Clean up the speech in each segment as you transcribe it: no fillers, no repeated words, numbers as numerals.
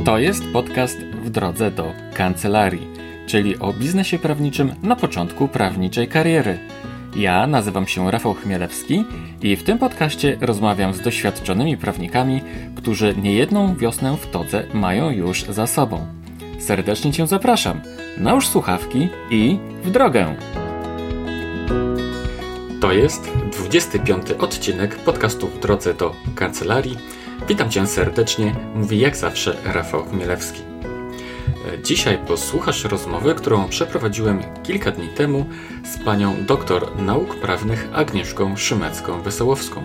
To jest podcast W drodze do kancelarii, czyli o biznesie prawniczym na początku prawniczej kariery. Ja nazywam się Rafał Chmielewski i w tym podcaście rozmawiam z doświadczonymi prawnikami, którzy niejedną wiosnę w todze mają już za sobą. Serdecznie Cię zapraszam. Nałóż słuchawki i w drogę! To jest 25. odcinek podcastu W drodze do kancelarii. Witam Cię serdecznie, mówi jak zawsze Rafał Chmielewski. Dzisiaj posłuchasz rozmowy, którą przeprowadziłem kilka dni temu z panią doktor nauk prawnych Agnieszką Szymecką-Wesołowską.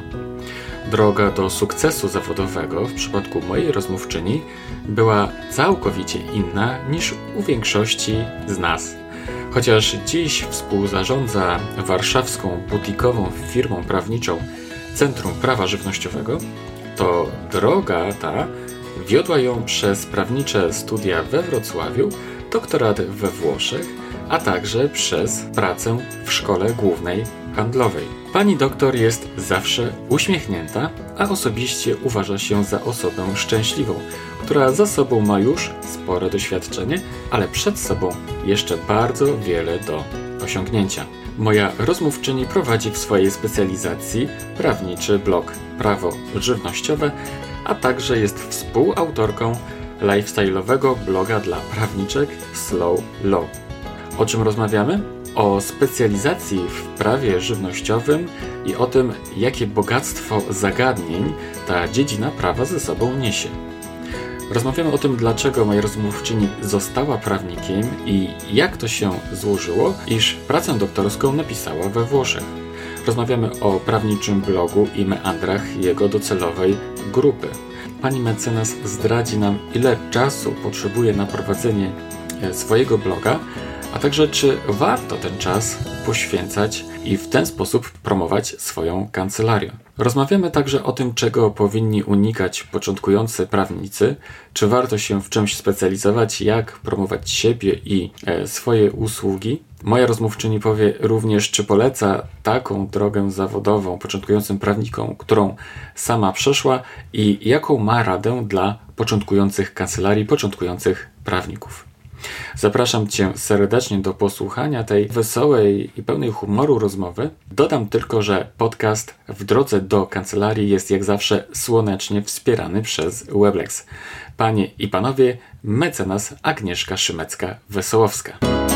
Droga do sukcesu zawodowego w przypadku mojej rozmówczyni była całkowicie inna niż u większości z nas. Chociaż dziś współzarządza warszawską butikową firmą prawniczą Centrum Prawa Żywnościowego, to droga ta wiodła ją przez prawnicze studia we Wrocławiu, doktorat we Włoszech, a także przez pracę w Szkole Głównej Handlowej. Pani doktor jest zawsze uśmiechnięta, a osobiście uważa się za osobę szczęśliwą, która za sobą ma już spore doświadczenie, ale przed sobą jeszcze bardzo wiele do osiągnięcia. Moja rozmówczyni prowadzi w swojej specjalizacji prawniczy blog Prawo Żywnościowe, a także jest współautorką lifestyle'owego bloga dla prawniczek Slow Law. O czym rozmawiamy? O specjalizacji w prawie żywnościowym i o tym, jakie bogactwo zagadnień ta dziedzina prawa ze sobą niesie. Rozmawiamy o tym, dlaczego moja rozmówczyni została prawnikiem i jak to się złożyło, iż pracę doktorską napisała we Włoszech. Rozmawiamy o prawniczym blogu i meandrach jego docelowej grupy. Pani mecenas zdradzi nam, ile czasu potrzebuje na prowadzenie swojego bloga, a także czy warto ten czas poświęcać i w ten sposób promować swoją kancelarię. Rozmawiamy także o tym, czego powinni unikać początkujący prawnicy, czy warto się w czymś specjalizować, jak promować siebie i swoje usługi. Moja rozmówczyni powie również, czy poleca taką drogę zawodową początkującym prawnikom, którą sama przeszła i jaką ma radę dla początkujących kancelarii, początkujących prawników. Zapraszam Cię serdecznie do posłuchania tej wesołej i pełnej humoru rozmowy. Dodam tylko, że podcast W drodze do kancelarii jest jak zawsze słonecznie wspierany przez Weblex. Panie i panowie, mecenas Agnieszka Szymecka-Wesołowska.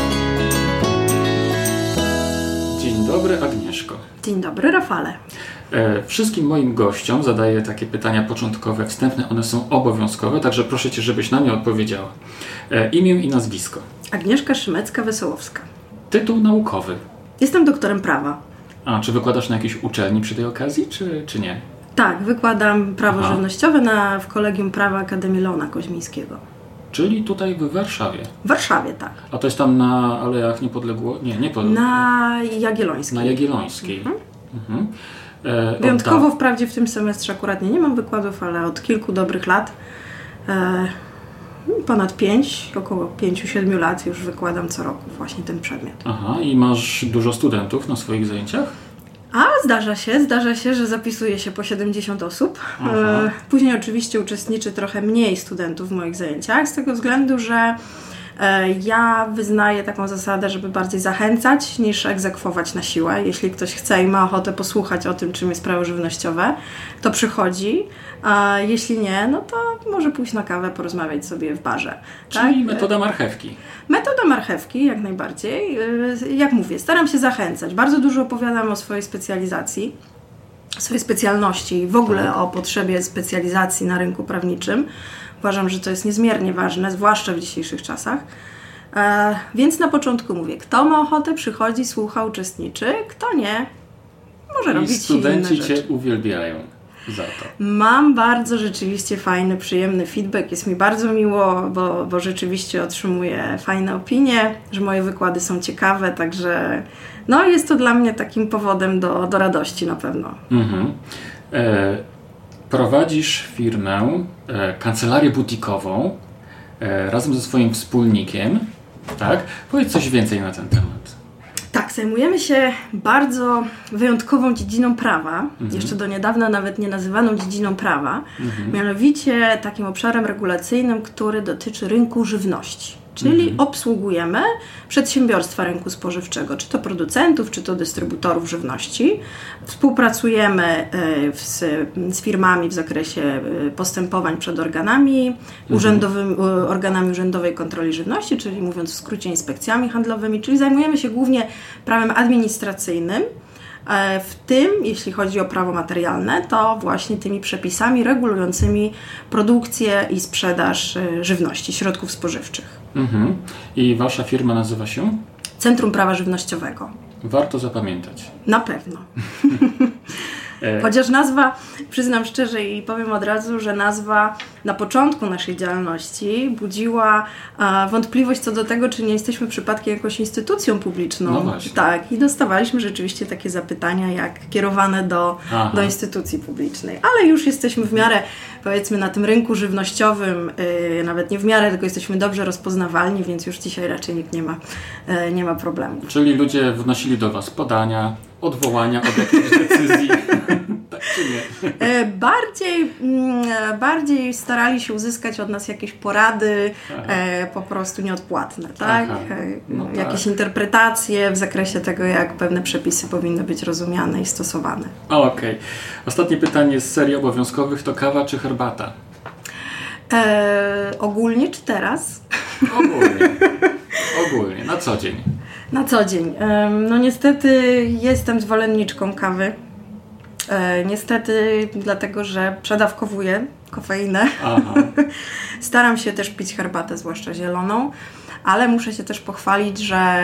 Dzień dobry, Agnieszko. Dzień dobry, Rafale. Wszystkim moim gościom zadaję takie pytania początkowe, wstępne, one są obowiązkowe, także proszę Cię, żebyś na nie odpowiedziała. Imię i nazwisko. Agnieszka Szymecka-Wesołowska. Tytuł naukowy. Jestem doktorem prawa. A, czy wykładasz na jakiejś uczelni przy tej okazji, czy nie? Tak, wykładam prawo żywnościowe w Kolegium Prawa Akademii Leona Koźmińskiego. Czyli tutaj w Warszawie? W Warszawie, tak. A to jest tam na Alejach Niepodległości? Nie, Niepodległości. Na Jagiellońskiej. Na Jagiellońskiej. Wyjątkowo wprawdzie w tym semestrze akurat nie mam wykładów, ale od kilku dobrych lat, ponad 5, około 5-7 lat już wykładam co roku właśnie ten przedmiot. Aha, i masz dużo studentów na swoich zajęciach? A zdarza się, że zapisuje się po 70 osób. Później oczywiście uczestniczy trochę mniej studentów w moich zajęciach, z tego względu, że ja wyznaję taką zasadę, żeby bardziej zachęcać niż egzekwować na siłę. Jeśli ktoś chce i ma ochotę posłuchać o tym, czym jest prawo żywnościowe, to przychodzi, a jeśli nie, no to może pójść na kawę, porozmawiać sobie w barze. Czyli tak? metoda marchewki. Metoda marchewki, jak najbardziej. Jak mówię, staram się zachęcać. Bardzo dużo opowiadam o swojej specjalizacji, swojej specjalności i w ogóle o potrzebie specjalizacji na rynku prawniczym. Uważam, że to jest niezmiernie ważne, zwłaszcza w dzisiejszych czasach. Więc na początku mówię, kto ma ochotę, przychodzi, słucha, uczestniczy, kto nie, może robić inne rzeczy. I studenci Cię uwielbiają za to. Mam bardzo rzeczywiście fajny, przyjemny feedback. Jest mi bardzo miło, bo rzeczywiście otrzymuję fajne opinie, że moje wykłady są ciekawe, także no, jest to dla mnie takim powodem do radości na pewno. Prowadzisz firmę, kancelarię butikową razem ze swoim wspólnikiem, tak? Powiedz coś więcej na ten temat. Tak, zajmujemy się bardzo wyjątkową dziedziną prawa, jeszcze do niedawna nawet nie nazywaną dziedziną prawa, mianowicie takim obszarem regulacyjnym, który dotyczy rynku żywności. Czyli obsługujemy przedsiębiorstwa rynku spożywczego, czy to producentów, czy to dystrybutorów żywności. Współpracujemy z firmami w zakresie postępowań przed organami urzędowej kontroli żywności, czyli mówiąc w skrócie inspekcjami handlowymi, czyli zajmujemy się głównie prawem administracyjnym, w tym, jeśli chodzi o prawo materialne, to właśnie tymi przepisami regulującymi produkcję i sprzedaż żywności, środków spożywczych. I wasza firma nazywa się? Centrum Prawa Żywnościowego. Warto zapamiętać. Na pewno. Chociaż nazwa, przyznam szczerze i powiem od razu, że nazwa na początku naszej działalności budziła wątpliwość co do tego, czy nie jesteśmy przypadkiem jakąś instytucją publiczną. No właśnie. Tak, i dostawaliśmy rzeczywiście takie zapytania, jak kierowane do instytucji publicznej. Ale już jesteśmy w miarę, powiedzmy, na tym rynku żywnościowym, nawet nie w miarę, tylko jesteśmy dobrze rozpoznawalni, więc już dzisiaj raczej nikt nie ma problemu. Czyli ludzie wnosili do was podania, odwołania od jakiejś decyzji, tak czy nie? Bardziej starali się uzyskać od nas jakieś porady, po prostu nieodpłatne, tak? Jakieś interpretacje w zakresie tego, jak pewne przepisy powinny być rozumiane i stosowane. Okej. Ostatnie pytanie z serii obowiązkowych to kawa czy herbata? Ogólnie czy teraz? Ogólnie, na co dzień. Na co dzień. No niestety jestem zwolenniczką kawy. Niestety dlatego, że przedawkowuję kofeinę. Staram się też pić herbatę, zwłaszcza zieloną, ale muszę się też pochwalić, że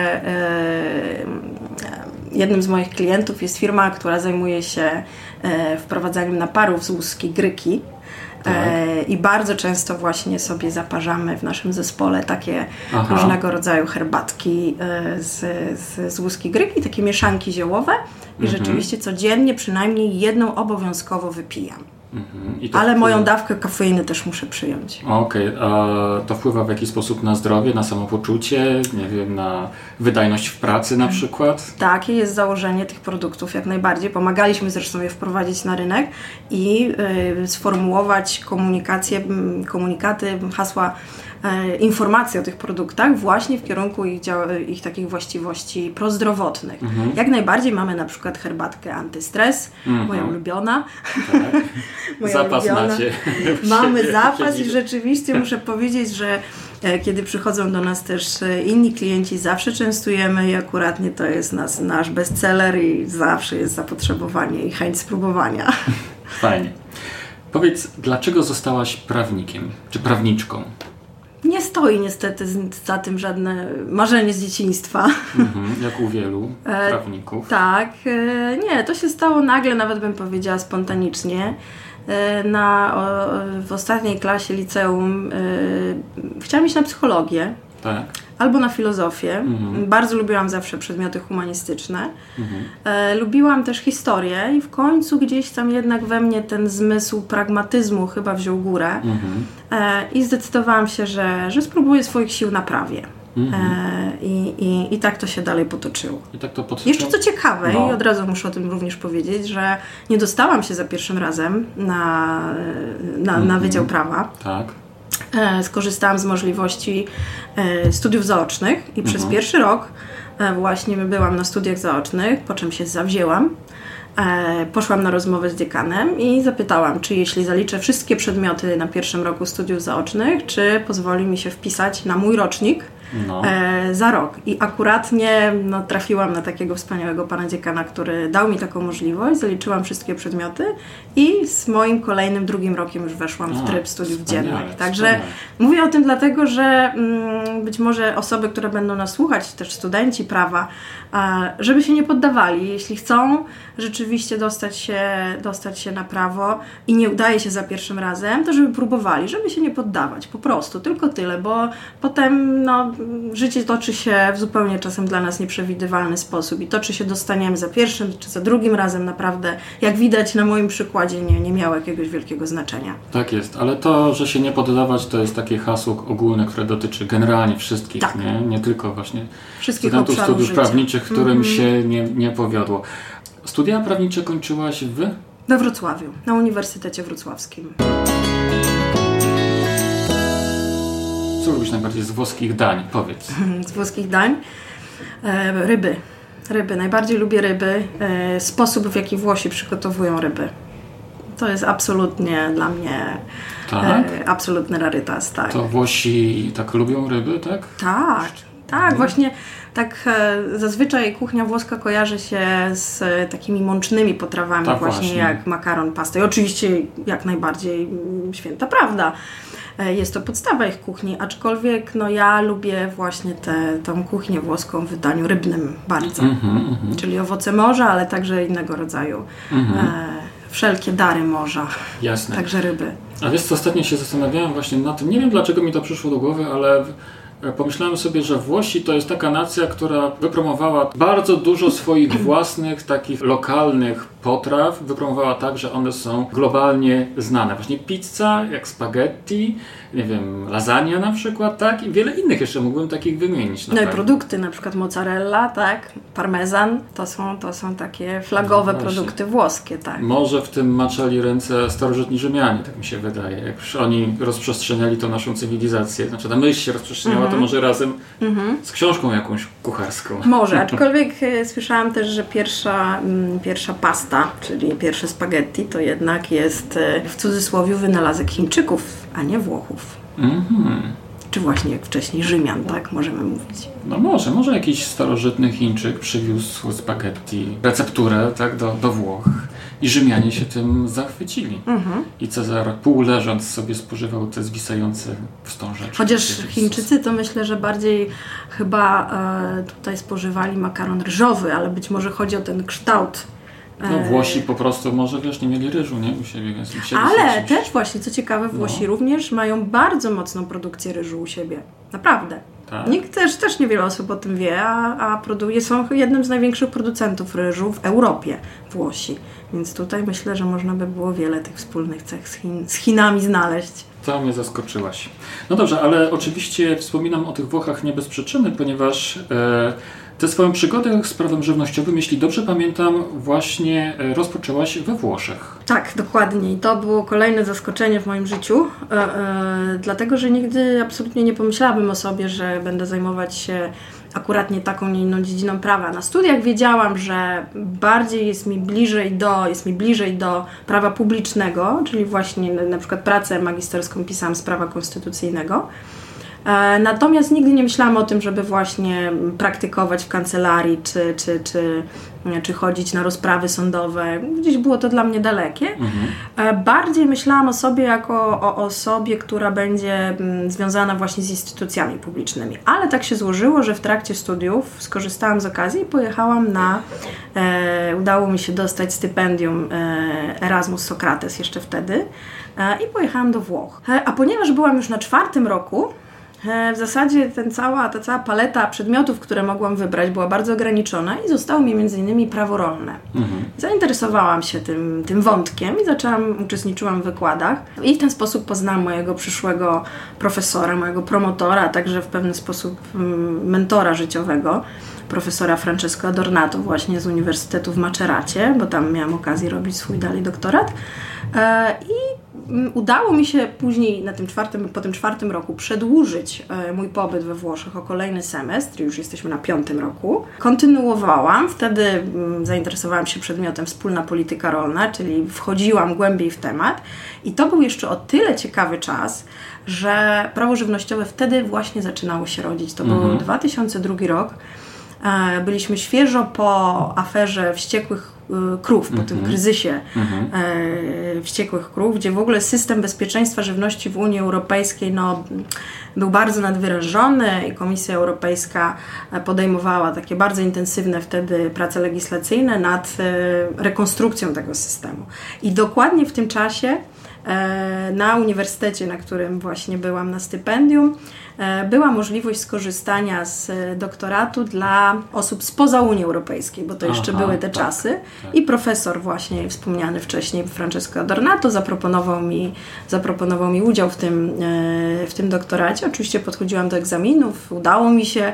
jednym z moich klientów jest firma, która zajmuje się wprowadzaniem naparów z łuski gryki. I bardzo często właśnie sobie zaparzamy w naszym zespole takie różnego rodzaju herbatki z łuski gryki, takie mieszanki ziołowe i rzeczywiście codziennie przynajmniej jedną obowiązkowo wypijam. Ale moją dawkę kofeiny też muszę przyjąć. Okej, a to wpływa w jakiś sposób na zdrowie, na samopoczucie, nie wiem, na wydajność w pracy na przykład? Takie jest założenie tych produktów jak najbardziej. Pomagaliśmy zresztą je wprowadzić na rynek i sformułować komunikaty, hasła, informacje o tych produktach właśnie w kierunku ich takich właściwości prozdrowotnych. Jak najbardziej mamy na przykład herbatkę antystres, moja ulubiona. Tak. Zapas macie. Mamy zapas i rzeczywiście muszę powiedzieć, że kiedy przychodzą do nas też inni klienci, zawsze częstujemy i akuratnie to jest nasz bestseller i zawsze jest zapotrzebowanie i chęć spróbowania. Fajnie. Powiedz, dlaczego zostałaś prawnikiem czy prawniczką? Nie stoi niestety za tym żadne marzenie z dzieciństwa. Jak u wielu prawników. Tak. Nie, to się stało nagle, nawet bym powiedziała spontanicznie. W ostatniej klasie liceum chciałam iść na psychologię. Tak. Albo na filozofię. Bardzo lubiłam zawsze przedmioty humanistyczne. Lubiłam też historię i w końcu gdzieś tam jednak we mnie ten zmysł pragmatyzmu chyba wziął górę. I zdecydowałam się, że spróbuję swoich sił na prawie. I tak to się dalej potoczyło. I tak to potoczyło. Jeszcze co ciekawe, i od razu muszę o tym również powiedzieć, że nie dostałam się za pierwszym razem na Wydział Prawa. Tak. Skorzystałam z możliwości studiów zaocznych i przez pierwszy rok właśnie byłam na studiach zaocznych, po czym się zawzięłam. Poszłam na rozmowę z dziekanem i zapytałam, czy jeśli zaliczę wszystkie przedmioty na pierwszym roku studiów zaocznych, czy pozwoli mi się wpisać na mój rocznik za rok. I akuratnie trafiłam na takiego wspaniałego pana dziekana, który dał mi taką możliwość, zaliczyłam wszystkie przedmioty i z moim kolejnym drugim rokiem już weszłam w tryb studiów dziennych. Także mówię o tym dlatego, że być może osoby, które będą nas słuchać, też studenci prawa, żeby się nie poddawali. Jeśli chcą rzeczywiście dostać się na prawo i nie udaje się za pierwszym razem, to żeby próbowali, żeby się nie poddawać. Po prostu, tylko tyle, bo potem życie toczy się w zupełnie czasem dla nas nieprzewidywalny sposób i to, czy się dostaniemy za pierwszym, czy za drugim razem, naprawdę, jak widać na moim przykładzie, nie miało jakiegoś wielkiego znaczenia. Tak jest, ale to, że się nie poddawać, to jest takie hasło ogólne, które dotyczy generalnie wszystkich, tak. nie tylko właśnie wszystkich studentów studiów życia. prawniczych, którym się nie powiodło. Studia prawnicze kończyłaś we Wrocławiu, na Uniwersytecie Wrocławskim. Co lubisz najbardziej z włoskich dań? Powiedz. Z włoskich dań? Ryby. Najbardziej lubię ryby. Sposób, w jaki Włosi przygotowują ryby. To jest absolutnie dla mnie absolutny rarytas. Tak. To Włosi tak lubią ryby, tak? Tak. Właśnie tak zazwyczaj kuchnia włoska kojarzy się z takimi mącznymi potrawami, tak właśnie jak makaron, pasta. I oczywiście jak najbardziej święta prawda. Jest to podstawa ich kuchni, aczkolwiek ja lubię właśnie tą kuchnię włoską w wydaniu rybnym bardzo. Czyli owoce morza, ale także innego rodzaju wszelkie dary morza. Jasne. Także ryby. A wiesz co, ostatnio się zastanawiałem właśnie nad tym, nie wiem dlaczego mi to przyszło do głowy, ale pomyślałem sobie, że Włosi to jest taka nacja, która wypromowała bardzo dużo swoich własnych, takich lokalnych potraw. Wypromowała tak, że one są globalnie znane. Właśnie pizza, jak spaghetti, nie wiem, lasagna na przykład, tak? I wiele innych jeszcze mógłbym takich wymienić. No i produkty, na przykład mozzarella, tak? Parmezan, to są takie flagowe produkty włoskie, tak? Może w tym maczali ręce starożytni Rzymianie, tak mi się wydaje. Jak już oni rozprzestrzeniali tą naszą cywilizację, znaczy ta myśl się rozprzestrzeniała, to może razem z książką jakąś kucharską. Może, aczkolwiek słyszałam też, że pierwsza pasta, czyli pierwsze spaghetti, to jednak jest w cudzysłowie wynalazek Chińczyków, a nie Włochów. Czy właśnie jak wcześniej Rzymian, tak możemy mówić. No może jakiś starożytny Chińczyk przywiózł spaghetti, recepturę, tak, do Włoch i Rzymianie się tym zachwycili. I Cezar półleżąc sobie spożywał te zwisające wstążeczki. Chociaż Chińczycy to myślę, że bardziej chyba tutaj spożywali makaron ryżowy, ale być może chodzi o ten kształt. No Włosi po prostu może, nie mieli ryżu, nie? U siebie, więc ale też właśnie, co ciekawe, Włosi również mają bardzo mocną produkcję ryżu u siebie. Naprawdę. Tak? Nikt też niewiele osób o tym wie, a są jednym z największych producentów ryżu w Europie, Włosi. Więc tutaj myślę, że można by było wiele tych wspólnych cech z Chinami znaleźć. To mnie zaskoczyłaś. No dobrze, ale oczywiście wspominam o tych Włochach nie bez przyczyny, ponieważ tę swoją przygodę z prawem żywnościowym, jeśli dobrze pamiętam, właśnie rozpoczęłaś we Włoszech. Tak, dokładnie. I to było kolejne zaskoczenie w moim życiu, dlatego, że nigdy absolutnie nie pomyślałabym o sobie, że będę zajmować się akurat taką, nie inną dziedziną prawa. Na studiach wiedziałam, że bardziej jest mi bliżej do prawa publicznego, czyli właśnie na przykład pracę magisterską pisałam z prawa konstytucyjnego. Natomiast nigdy nie myślałam o tym, żeby właśnie praktykować w kancelarii, czy chodzić na rozprawy sądowe. Gdzieś było to dla mnie dalekie. Bardziej myślałam o sobie jako o osobie, która będzie związana właśnie z instytucjami publicznymi. Ale tak się złożyło, że w trakcie studiów skorzystałam z okazji i pojechałam udało mi się dostać stypendium Erasmus Socrates jeszcze wtedy i pojechałam do Włoch. A ponieważ byłam już na 4. roku, w zasadzie ta cała paleta przedmiotów, które mogłam wybrać, była bardzo ograniczona i zostało mi m.in. prawo rolne. Zainteresowałam się tym wątkiem i uczestniczyłam w wykładach i w ten sposób poznałam mojego przyszłego profesora, mojego promotora, a także w pewien sposób mentora życiowego, profesora Francesco Adornato właśnie z Uniwersytetu w Maceracie, bo tam miałam okazję robić swój dalej doktorat. I udało mi się później po tym 4. roku przedłużyć mój pobyt we Włoszech o kolejny semestr, już jesteśmy na 5. roku. Kontynuowałam, wtedy zainteresowałam się przedmiotem wspólna polityka rolna, czyli wchodziłam głębiej w temat i to był jeszcze o tyle ciekawy czas, że prawo żywnościowe wtedy właśnie zaczynało się rodzić. To był 2002 rok. Byliśmy świeżo po aferze wściekłych krów, po tym kryzysie wściekłych krów, gdzie w ogóle system bezpieczeństwa żywności w Unii Europejskiej był bardzo nadwyrężony i Komisja Europejska podejmowała takie bardzo intensywne wtedy prace legislacyjne nad rekonstrukcją tego systemu. I dokładnie w tym czasie na uniwersytecie, na którym właśnie byłam na stypendium, była możliwość skorzystania z doktoratu dla osób spoza Unii Europejskiej, bo to jeszcze były te czasy. Tak. I profesor właśnie wspomniany wcześniej, Francesco Adornato, zaproponował mi udział w tym doktoracie. Oczywiście podchodziłam do egzaminów, udało mi się,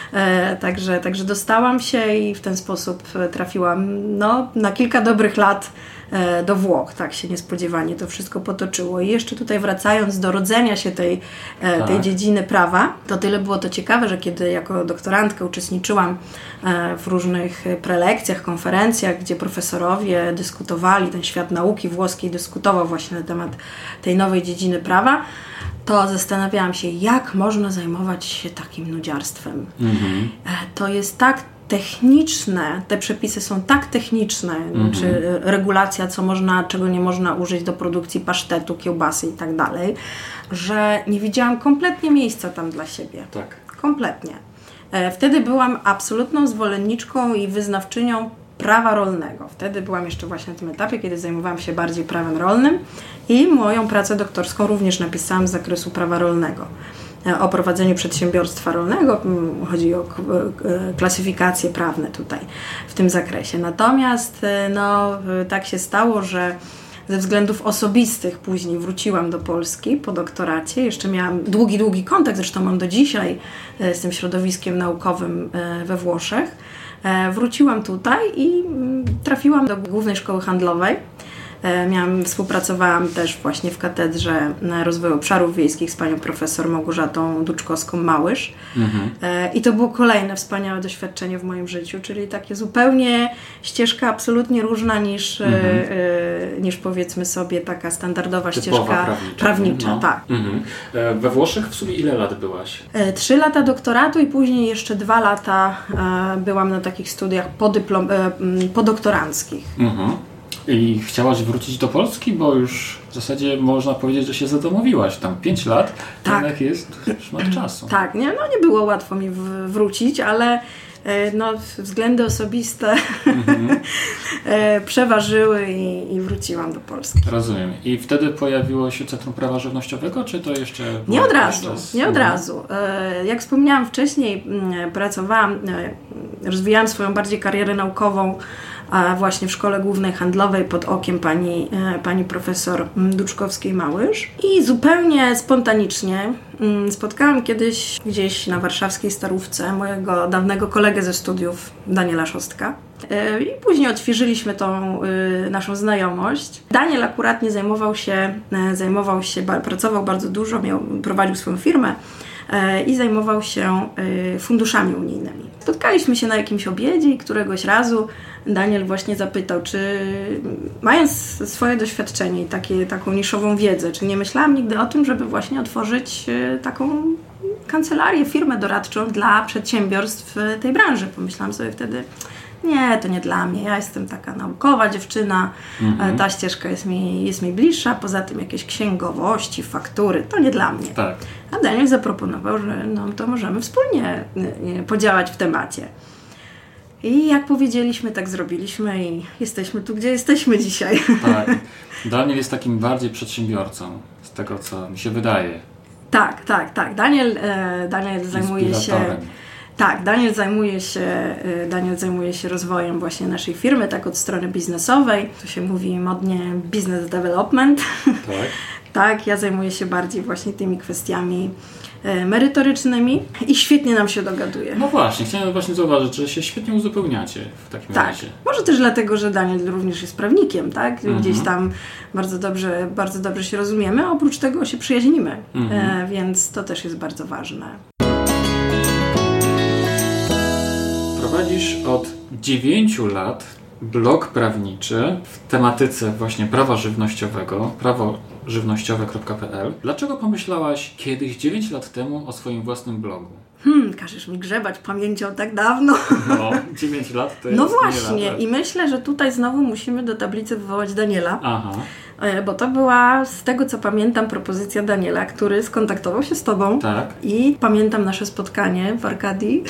także dostałam się i w ten sposób trafiłam na kilka dobrych lat do Włoch. Tak się niespodziewanie to wszystko potoczyło. I jeszcze tutaj wracając do rodzenia się tej dziedziny prawa, to tyle było to ciekawe, że kiedy jako doktorantka uczestniczyłam w różnych prelekcjach, konferencjach, gdzie profesorowie dyskutowali, ten świat nauki włoskiej dyskutował właśnie na temat tej nowej dziedziny prawa, to zastanawiałam się, jak można zajmować się takim nudziarstwem. To jest tak techniczne, te przepisy są tak techniczne, czy regulacja, co można, czego nie można użyć do produkcji pasztetu, kiełbasy i tak dalej, że nie widziałam kompletnie miejsca tam dla siebie. Tak. Kompletnie. Wtedy byłam absolutną zwolenniczką i wyznawczynią prawa rolnego. Wtedy byłam jeszcze właśnie na tym etapie, kiedy zajmowałam się bardziej prawem rolnym i moją pracę doktorską również napisałam z zakresu prawa rolnego. O prowadzeniu przedsiębiorstwa rolnego, chodzi o klasyfikacje prawne tutaj w tym zakresie. Natomiast tak się stało, że ze względów osobistych później wróciłam do Polski po doktoracie. Jeszcze miałam długi kontakt, zresztą mam do dzisiaj z tym środowiskiem naukowym we Włoszech. Wróciłam tutaj i trafiłam do Głównej Szkoły Handlowej. Współpracowałam też właśnie w Katedrze Rozwoju Obszarów Wiejskich z panią profesor Małgorzatą Duczkowską-Małysz. I to było kolejne wspaniałe doświadczenie w moim życiu, czyli takie zupełnie ścieżka absolutnie różna niż powiedzmy sobie taka standardowa ścieżka prawnicza. Tak. We Włoszech w sumie ile lat byłaś? 3 lata doktoratu i później jeszcze 2 lata byłam na takich studiach podoktoranckich. I chciałaś wrócić do Polski, bo już w zasadzie można powiedzieć, że się zadomowiłaś. Tam 5 lat, to jednak jest szmat czasu. Tak, nie było łatwo mi wrócić, ale względy osobiste przeważyły i wróciłam do Polski. Rozumiem. I wtedy pojawiło się Centrum Prawa Żywnościowego, czy to jeszcze... Nie od razu. Jak wspomniałam wcześniej, rozwijałam swoją bardziej karierę naukową właśnie w Szkole Głównej Handlowej pod okiem pani profesor Duczkowskiej-Małysz i zupełnie spontanicznie spotkałam kiedyś gdzieś na warszawskiej Starówce mojego dawnego kolegę ze studiów, Daniela Szostka. I później odświeżyliśmy tą naszą znajomość. Daniel akurat nie zajmował się, pracował bardzo dużo, prowadził swoją firmę i zajmował się funduszami unijnymi. Spotkaliśmy się na jakimś obiedzie i któregoś razu Daniel właśnie zapytał, czy mając swoje doświadczenie i taką niszową wiedzę, czy nie myślałam nigdy o tym, żeby właśnie otworzyć taką kancelarię, firmę doradczą dla przedsiębiorstw tej branży. Pomyślałam sobie wtedy, nie, to nie dla mnie, ja jestem taka naukowa dziewczyna, ta ścieżka jest mi bliższa, poza tym jakieś księgowości, faktury, to nie dla mnie. Tak. A Daniel zaproponował, że to możemy wspólnie podziałać w temacie. I jak powiedzieliśmy, tak zrobiliśmy i jesteśmy tu, gdzie jesteśmy dzisiaj. Tak. Daniel jest takim bardziej przedsiębiorcą, z tego co mi się wydaje. Tak. Daniel zajmuje się... Tak, Daniel zajmuje się rozwojem właśnie naszej firmy, tak od strony biznesowej. To się mówi modnie business development. Tak. Tak, ja zajmuję się bardziej właśnie tymi kwestiami merytorycznymi i świetnie nam się dogaduje. No właśnie, chciałem właśnie zauważyć, że się świetnie uzupełniacie w takim razie. Może też dlatego, że Daniel również jest prawnikiem, tak? Gdzieś tam bardzo dobrze się rozumiemy, a oprócz tego się przyjaźnimy, więc to też jest bardzo ważne. Prowadzisz od 9 lat blog prawniczy w tematyce właśnie prawa żywnościowego, prawożywnościowe.pl. Dlaczego pomyślałaś kiedyś 9 lat temu o swoim własnym blogu? Każesz mi grzebać pamięcią tak dawno. 9 lat to jest. No właśnie, i myślę, że tutaj znowu musimy do tablicy wywołać Daniela. Aha. Bo to była, z tego co pamiętam, propozycja Daniela, który skontaktował się z Tobą. Tak. I pamiętam nasze spotkanie w Arkadii.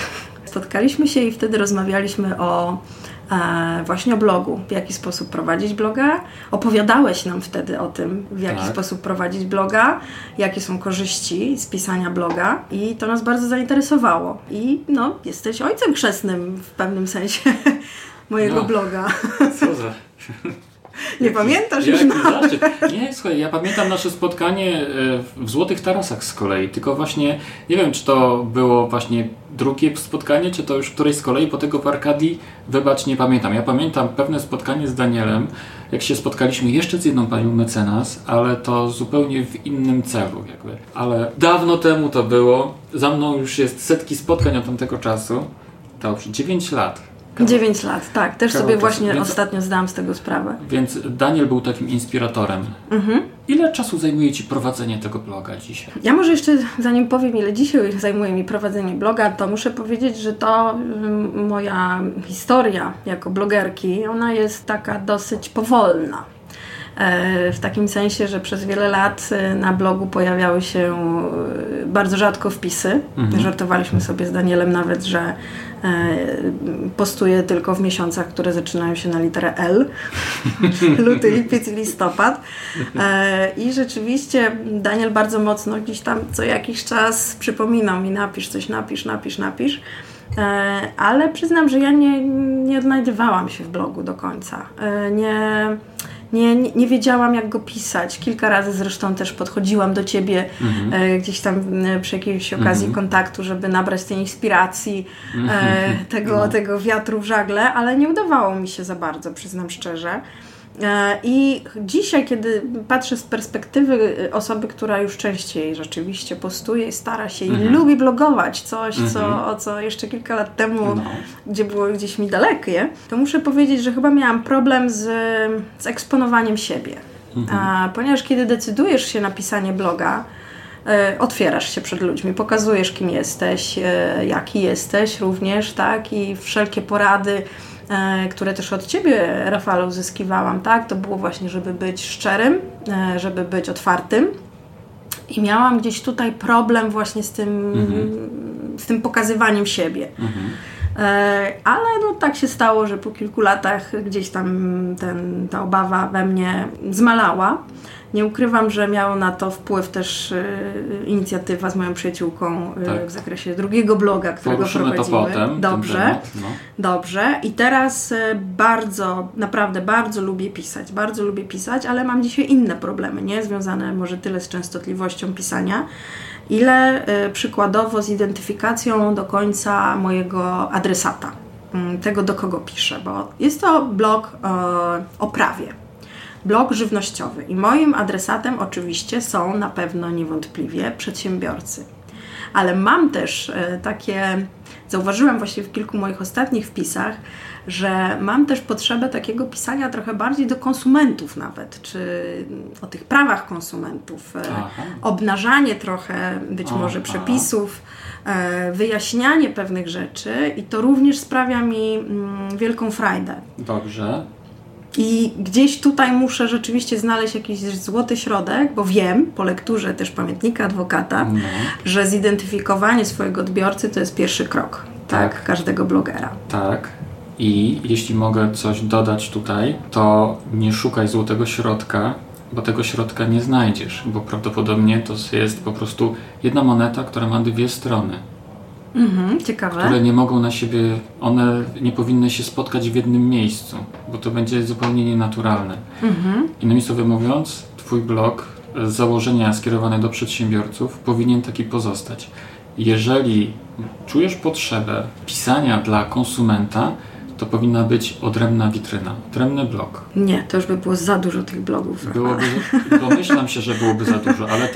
Spotkaliśmy się i wtedy rozmawialiśmy właśnie o blogu, w jaki sposób prowadzić bloga. Opowiadałeś nam wtedy o tym, w jaki sposób prowadzić bloga, jakie są korzyści z pisania bloga i to nas bardzo zainteresowało. I jesteś ojcem chrzestnym w pewnym sensie mojego bloga. Co za... Nie pamiętasz już nawet? Nie, słuchaj, ja pamiętam nasze spotkanie w Złotych Tarasach z kolei, tylko właśnie nie wiem, czy to było właśnie drugie spotkanie, czy to już któreś z kolei, bo tego w Arkadii, wybacz, nie pamiętam. Ja pamiętam pewne spotkanie z Danielem, jak się spotkaliśmy jeszcze z jedną panią mecenas, ale to zupełnie w innym celu jakby. Ale dawno temu to było, za mną już jest setki spotkań od tamtego czasu, to już 9 lat. 9 lat, tak. Też sobie właśnie ostatnio zdałam z tego sprawę. Więc Daniel był takim inspiratorem. Ile czasu zajmuje Ci prowadzenie tego bloga dzisiaj? Ja może jeszcze, zanim powiem, ile dzisiaj zajmuje mi prowadzenie bloga, to muszę powiedzieć, że to moja historia jako blogerki, ona jest taka dosyć powolna. W takim sensie, że przez wiele lat na blogu pojawiały się bardzo rzadko wpisy. Żartowaliśmy sobie z Danielem nawet, że postuję tylko w miesiącach, które zaczynają się na literę L. Luty, lipiec i listopad. I rzeczywiście Daniel bardzo mocno gdzieś tam co jakiś czas przypominał mi: napisz coś, napisz. Ale przyznam, że ja nie odnajdywałam się w blogu do końca. Nie wiedziałam, jak go pisać. Kilka razy zresztą też podchodziłam do Ciebie gdzieś tam przy jakiejś okazji kontaktu, żeby nabrać tej inspiracji, tego wiatru w żagle, ale nie udawało mi się za bardzo, przyznam szczerze. I dzisiaj, kiedy patrzę z perspektywy osoby, która już częściej rzeczywiście postuje i stara się i lubi blogować, coś, co jeszcze kilka lat temu, gdzie było gdzieś mi dalekie, to muszę powiedzieć, że chyba miałam problem z eksponowaniem siebie. Ponieważ kiedy decydujesz się na pisanie bloga, otwierasz się przed ludźmi, pokazujesz, kim jesteś, jaki jesteś również, tak? I wszelkie porady, które też od Ciebie, Rafale, uzyskiwałam, tak? To było właśnie, żeby być szczerym, żeby być otwartym. I miałam gdzieś tutaj problem właśnie z tym pokazywaniem siebie. Ale tak się stało, że po kilku latach gdzieś tam ta obawa we mnie zmalała. Nie ukrywam, że miało na to wpływ też inicjatywa z moją przyjaciółką w zakresie drugiego bloga, którego prowadzimy. To potem. Dobrze. I teraz naprawdę bardzo lubię pisać, ale mam dzisiaj inne problemy, nie związane może tyle z częstotliwością pisania, ile przykładowo z identyfikacją do końca mojego adresata, tego, do kogo piszę, bo jest to blog o prawie. Blog żywnościowy i moim adresatem oczywiście są na pewno niewątpliwie przedsiębiorcy. Ale mam też zauważyłam właśnie w kilku moich ostatnich wpisach, że mam też potrzebę takiego pisania trochę bardziej do konsumentów nawet, czy o tych prawach konsumentów, obnażanie trochę być może przepisów, wyjaśnianie pewnych rzeczy i to również sprawia mi wielką frajdę. Dobrze. I gdzieś tutaj muszę rzeczywiście znaleźć jakiś złoty środek, bo wiem, po lekturze też Pamiętnika Adwokata, że zidentyfikowanie swojego odbiorcy to jest pierwszy krok, tak? Każdego blogera. Tak. I jeśli mogę coś dodać tutaj, to nie szukaj złotego środka, bo tego środka nie znajdziesz, bo prawdopodobnie to jest po prostu jedna moneta, która ma dwie strony. Ciekawe. Które nie mogą na siebie, one nie powinny się spotkać w jednym miejscu, bo to będzie zupełnie nienaturalne. Innymi słowy mówiąc, Twój blog z założenia skierowany do przedsiębiorców powinien taki pozostać. Jeżeli czujesz potrzebę pisania dla konsumenta, to powinna być odrębna witryna, odrębny blog. Nie, to już by było za dużo tych blogów. Domyślam się, że byłoby za dużo, ale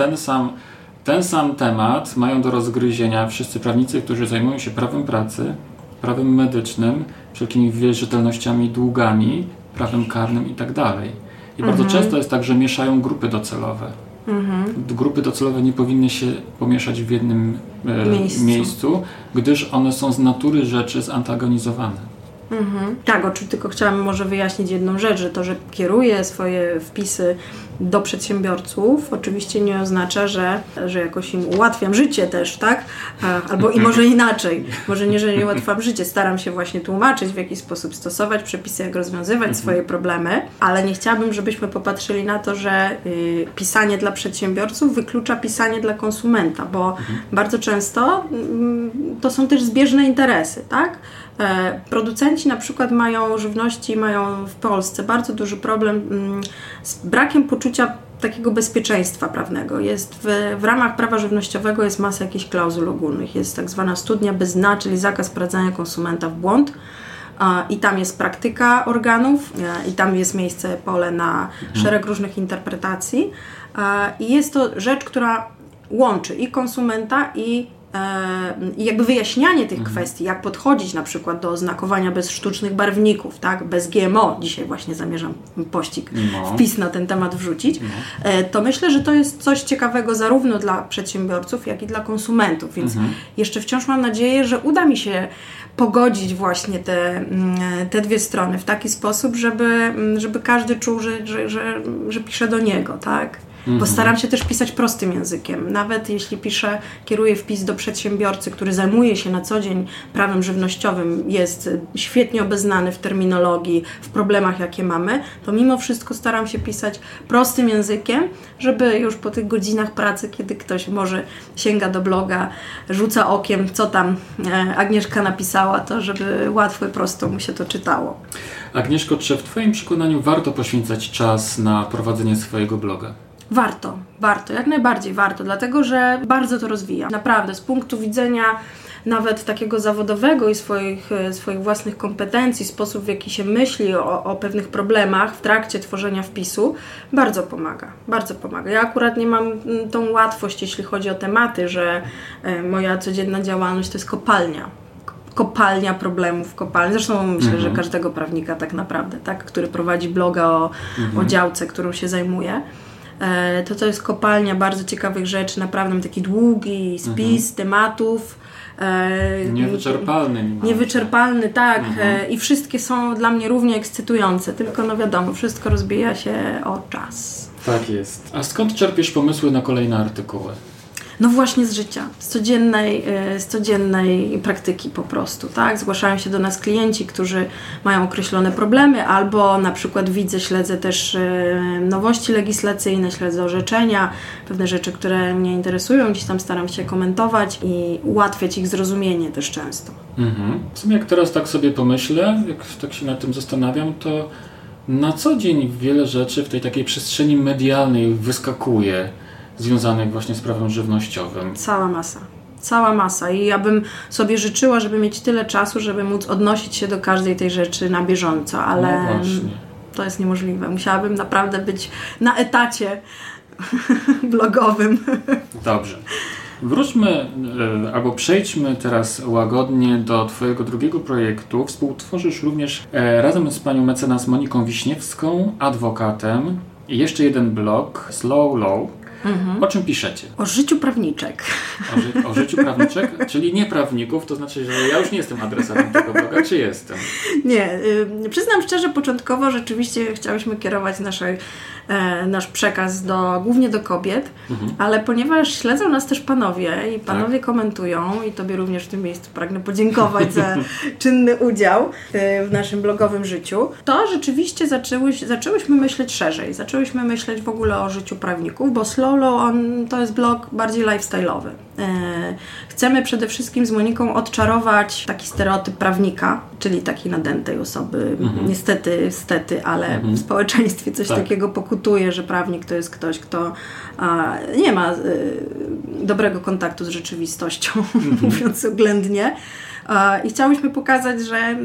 ten sam temat mają do rozgryzienia wszyscy prawnicy, którzy zajmują się prawem pracy, prawem medycznym, wszelkimi wierzytelnościami, długami, prawem karnym i tak dalej. I bardzo często jest tak, że mieszają grupy docelowe. Grupy docelowe nie powinny się pomieszać w jednym miejscu, gdyż one są z natury rzeczy zantagonizowane. Tak, tylko chciałam może wyjaśnić jedną rzecz, że to, że kieruję swoje wpisy do przedsiębiorców, oczywiście nie oznacza, że jakoś im ułatwiam życie też, tak? Albo i może inaczej. Może nie, że nie ułatwiam życie. Staram się właśnie tłumaczyć, w jaki sposób stosować przepisy, jak rozwiązywać swoje problemy, ale nie chciałabym, żebyśmy popatrzyli na to, że pisanie dla przedsiębiorców wyklucza pisanie dla konsumenta, bo bardzo często to są też zbieżne interesy, tak? Producenci na przykład żywności mają w Polsce bardzo duży problem z brakiem poczucia takiego bezpieczeństwa prawnego. Jest w ramach prawa żywnościowego jest masa jakichś klauzul ogólnych. Jest tak zwana studnia bez dna, czyli zakaz wprowadzania konsumenta w błąd. I tam jest praktyka organów i tam jest pole na szereg różnych interpretacji. I jest to rzecz, która łączy i konsumenta i jakby wyjaśnianie tych kwestii, jak podchodzić na przykład do oznakowania bez sztucznych barwników, tak, bez GMO, dzisiaj właśnie zamierzam wpis na ten temat wrzucić, to myślę, że to jest coś ciekawego zarówno dla przedsiębiorców, jak i dla konsumentów, więc jeszcze wciąż mam nadzieję, że uda mi się pogodzić właśnie te dwie strony w taki sposób, żeby każdy czuł, że pisze do niego, tak? Bo staram się też pisać prostym językiem. Nawet jeśli kieruję wpis do przedsiębiorcy, który zajmuje się na co dzień prawem żywnościowym, jest świetnie obeznany w terminologii, w problemach, jakie mamy, to mimo wszystko staram się pisać prostym językiem, żeby już po tych godzinach pracy, kiedy ktoś może sięga do bloga, rzuca okiem, co tam Agnieszka napisała, to żeby łatwo i prosto mu się to czytało. Agnieszko, czy w Twoim przekonaniu warto poświęcać czas na prowadzenie swojego bloga? Warto, jak najbardziej warto, dlatego że bardzo to rozwija. Naprawdę, z punktu widzenia nawet takiego zawodowego i swoich własnych kompetencji, sposób w jaki się myśli o pewnych problemach w trakcie tworzenia wpisu, bardzo pomaga. Ja akurat nie mam tą łatwość, jeśli chodzi o tematy, że moja codzienna działalność to jest kopalnia problemów, Zresztą myślę, że każdego prawnika tak naprawdę, tak, który prowadzi bloga o działce, którą się zajmuje. To jest kopalnia bardzo ciekawych rzeczy, naprawdę taki długi spis tematów. Niewyczerpalny, tak. I wszystkie są dla mnie równie ekscytujące, tylko wiadomo, wszystko rozbija się o czas. Tak jest. A skąd czerpiesz pomysły na kolejne artykuły? No właśnie z życia, z codziennej praktyki po prostu, tak? Zgłaszają się do nas klienci, którzy mają określone problemy, albo na przykład śledzę też nowości legislacyjne, śledzę orzeczenia, pewne rzeczy, które mnie interesują, gdzieś tam staram się komentować i ułatwiać ich zrozumienie też często. W sumie jak teraz tak sobie pomyślę, jak tak się nad tym zastanawiam, to na co dzień wiele rzeczy w tej takiej przestrzeni medialnej wyskakuje, związanych właśnie z prawem żywnościowym. Cała masa. I ja bym sobie życzyła, żeby mieć tyle czasu, żeby móc odnosić się do każdej tej rzeczy na bieżąco, ale to jest niemożliwe. Musiałabym naprawdę być na etacie blogowym. Dobrze. Wróćmy, albo przejdźmy teraz łagodnie do Twojego drugiego projektu. Współtworzysz również razem z panią mecenas Moniką Wiśniewską, adwokatem, i jeszcze jeden blog, Slow Law. O czym piszecie? O życiu prawniczek. O życiu prawniczek? Czyli nie prawników, to znaczy, że ja już nie jestem adresatem tego bloga, czy jestem? Nie. Przyznam szczerze, początkowo rzeczywiście chciałyśmy kierować nasz przekaz głównie do kobiet, ale ponieważ śledzą nas też panowie i panowie komentują i Tobie również w tym miejscu pragnę podziękować za czynny udział w naszym blogowym życiu, to rzeczywiście zaczęłyśmy myśleć szerzej. Zaczęłyśmy myśleć w ogóle o życiu prawników, bo Slow Law to jest blog bardziej lifestyle'owy. Chcemy przede wszystkim z Moniką odczarować taki stereotyp prawnika, czyli takiej nadętej osoby. Niestety, ale w społeczeństwie coś takiego pokutuje, że prawnik to jest ktoś, kto nie ma dobrego kontaktu z rzeczywistością, mówiąc oględnie. I chciałyśmy pokazać, że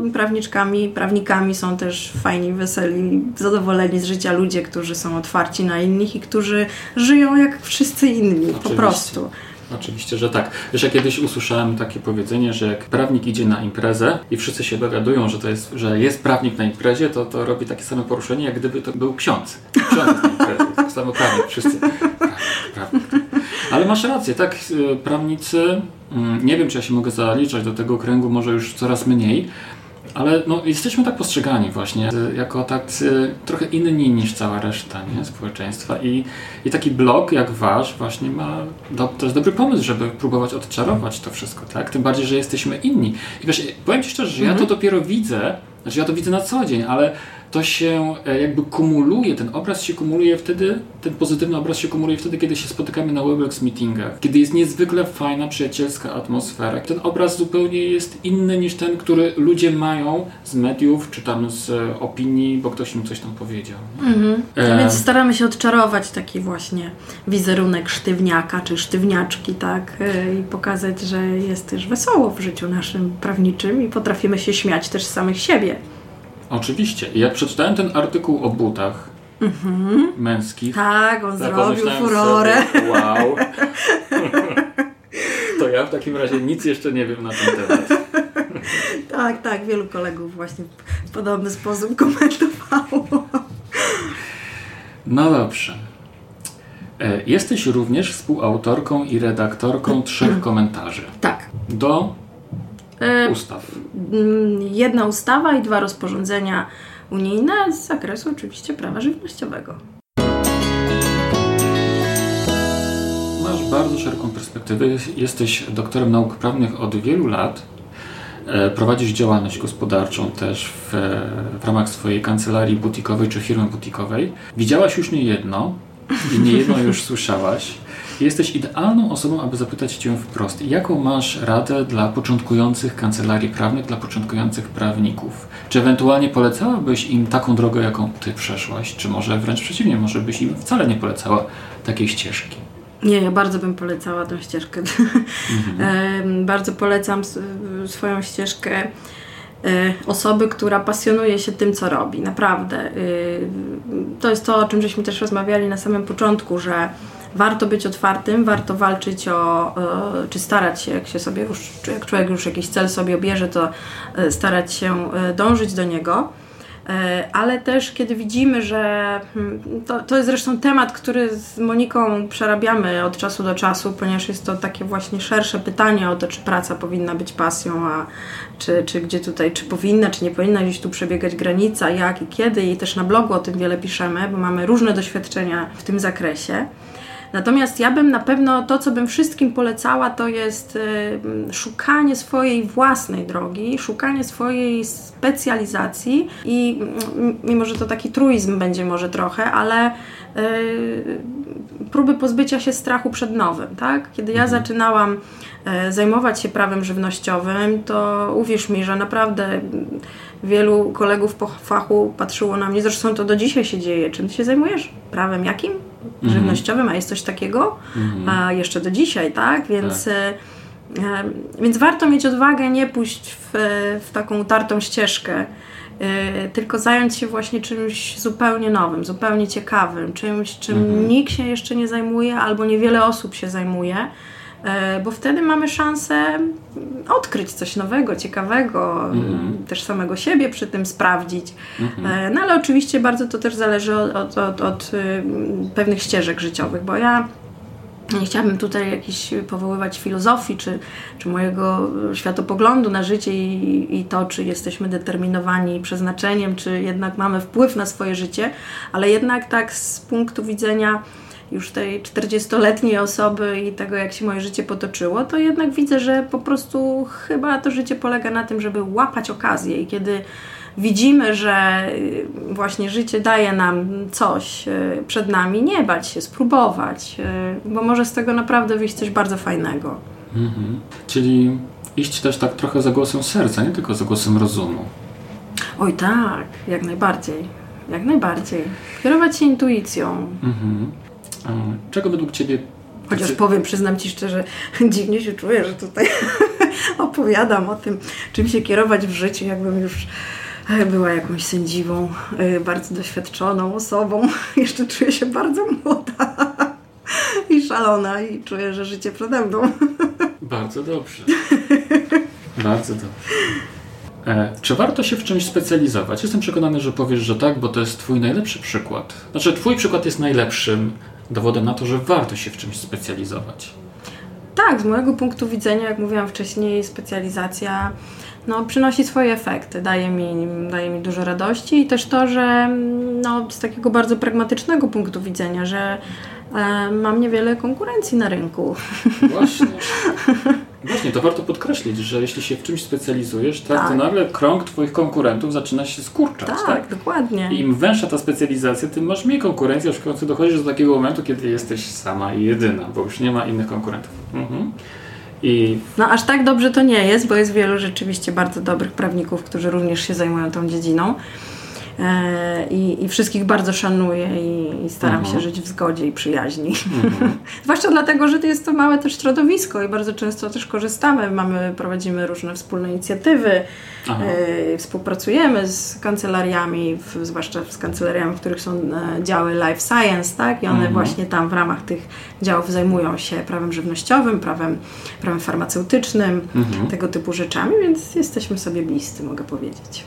prawnikami są też fajni, weseli, zadowoleni z życia ludzie, którzy są otwarci na innych i którzy żyją jak wszyscy inni, po prostu. Oczywiście, że tak. Wiesz, ja kiedyś usłyszałem takie powiedzenie, że jak prawnik idzie na imprezę i wszyscy się dowiadują, że jest prawnik na imprezie, to robi takie same poruszenie, jak gdyby to był ksiądz. Ksiądz jest na imprezie, tak samo prawnik, wszyscy. Prawnik. Ale masz rację, tak, prawnicy, nie wiem, czy ja się mogę zaliczać do tego kręgu, może już coraz mniej, Ale no, jesteśmy tak postrzegani właśnie jako tacy trochę inni niż cała reszta, nie? Społeczeństwa i taki blog jak wasz właśnie to jest dobry pomysł, żeby próbować odczarować to wszystko, tak? Tym bardziej, że jesteśmy inni. I wiesz, powiem ci szczerze, że ja to dopiero widzę, znaczy ja to widzę na co dzień, ale to się jakby kumuluje, ten obraz się kumuluje wtedy, ten pozytywny obraz się kumuluje wtedy, kiedy się spotykamy na Webex meetingach, kiedy jest niezwykle fajna, przyjacielska atmosfera. Ten obraz zupełnie jest inny niż ten, który ludzie mają z mediów, czy tam z opinii, bo ktoś im coś tam powiedział. Więc staramy się odczarować taki właśnie wizerunek sztywniaka, czy sztywniaczki, tak? I pokazać, że jest też wesoło w życiu naszym prawniczym i potrafimy się śmiać też z samych siebie. Oczywiście. I jak przeczytałem ten artykuł o butach męskich... Tak, on zrobił furorę. Sobie, wow. To ja w takim razie nic jeszcze nie wiem na ten temat. Tak. Wielu kolegów właśnie w podobny sposób komentowało. No dobrze. Jesteś również współautorką i redaktorką 3 komentarzy. Tak. Do ustaw. 1 ustawa i 2 rozporządzenia unijne z zakresu oczywiście prawa żywnościowego. Masz bardzo szeroką perspektywę. Jesteś doktorem nauk prawnych od wielu lat. Prowadzisz działalność gospodarczą też w ramach swojej kancelarii butikowej czy firmy butikowej. Widziałaś już niejedno i niejedno już słyszałaś. Jesteś idealną osobą, aby zapytać Cię wprost, jaką masz radę dla początkujących kancelarii prawnych, dla początkujących prawników? Czy ewentualnie polecałabyś im taką drogę, jaką Ty przeszłaś? Czy może wręcz przeciwnie, może byś im wcale nie polecała takiej ścieżki? Nie, ja bardzo bym polecała tę ścieżkę. Bardzo polecam swoją ścieżkę osoby, która pasjonuje się tym, co robi. Naprawdę. To jest to, o czym żeśmy też rozmawiali na samym początku, że warto być otwartym, warto walczyć czy starać się, jak człowiek już jakiś cel sobie obierze, to starać się dążyć do niego. Ale też kiedy widzimy, że to jest zresztą temat, który z Moniką przerabiamy od czasu do czasu, ponieważ jest to takie właśnie szersze pytanie o to, czy praca powinna być pasją, czy gdzie tutaj, czy powinna, czy nie powinna gdzieś tu przebiegać granica, jak i kiedy, i też na blogu o tym wiele piszemy, bo mamy różne doświadczenia w tym zakresie. Natomiast ja bym na pewno, to co bym wszystkim polecała, to jest szukanie swojej własnej drogi, szukanie swojej specjalizacji i mimo, że to taki truizm będzie może trochę, ale próby pozbycia się strachu przed nowym, tak? Kiedy ja zaczynałam zajmować się prawem żywnościowym, to uwierz mi, że naprawdę wielu kolegów po fachu patrzyło na mnie, zresztą to do dzisiaj się dzieje. Czym ty się zajmujesz? Prawem jakim? Żywnościowym? A jest coś takiego? A jeszcze do dzisiaj, tak? Więc warto mieć odwagę nie pójść w taką utartą ścieżkę, tylko zająć się właśnie czymś zupełnie nowym, zupełnie ciekawym, czymś, czym nikt się jeszcze nie zajmuje albo niewiele osób się zajmuje, bo wtedy mamy szansę odkryć coś nowego, ciekawego, też samego siebie przy tym sprawdzić. No ale oczywiście bardzo to też zależy od pewnych ścieżek życiowych, bo ja nie chciałabym tutaj jakiś powoływać filozofii, czy mojego światopoglądu na życie i to, czy jesteśmy determinowani przeznaczeniem, czy jednak mamy wpływ na swoje życie, ale jednak tak z punktu widzenia już tej 40-letniej osoby i tego, jak się moje życie potoczyło, to jednak widzę, że po prostu chyba to życie polega na tym, żeby łapać okazję i kiedy widzimy, że właśnie życie daje nam coś przed nami, nie bać się, spróbować, bo może z tego naprawdę wyjść coś bardzo fajnego. Czyli iść też tak trochę za głosem serca, nie tylko za głosem rozumu. Oj tak, jak najbardziej. Jak najbardziej. Kierować się intuicją. Czego według Ciebie... Chociaż przyznam Ci szczerze, dziwnie się czuję, że tutaj opowiadam o tym, czym się kierować w życiu, jakbym już była jakąś sędziwą, bardzo doświadczoną osobą. Jeszcze czuję się bardzo młoda i szalona i czuję, że życie przede mną. Bardzo dobrze. Bardzo dobrze. Czy warto się w czymś specjalizować? Jestem przekonany, że powiesz, że tak, bo to jest Twój najlepszy przykład. Znaczy, Twój przykład jest najlepszym dowodem na to, że warto się w czymś specjalizować. Tak, z mojego punktu widzenia, jak mówiłam wcześniej, specjalizacja przynosi swoje efekty, daje mi dużo radości i też to, że z takiego bardzo pragmatycznego punktu widzenia, że mam niewiele konkurencji na rynku. Właśnie, to warto podkreślić, że jeśli się w czymś specjalizujesz, to nagle krąg Twoich konkurentów zaczyna się skurczać. Tak, dokładnie. I im węższa ta specjalizacja, tym masz mniej konkurencji, aż w końcu dochodzisz do takiego momentu, kiedy jesteś sama i jedyna, bo już nie ma innych konkurentów. Aż tak dobrze to nie jest, bo jest wielu rzeczywiście bardzo dobrych prawników, którzy również się zajmują tą dziedziną. I wszystkich bardzo szanuję i staram się żyć w zgodzie i przyjaźni. Zwłaszcza dlatego, że jest to małe też środowisko i bardzo często też korzystamy. Prowadzimy różne wspólne inicjatywy, współpracujemy z kancelariami, zwłaszcza z kancelariami, w których są działy Life Science, tak? I one właśnie tam w ramach tych działów zajmują się prawem żywnościowym, prawem farmaceutycznym, tego typu rzeczami, więc jesteśmy sobie bliscy, mogę powiedzieć.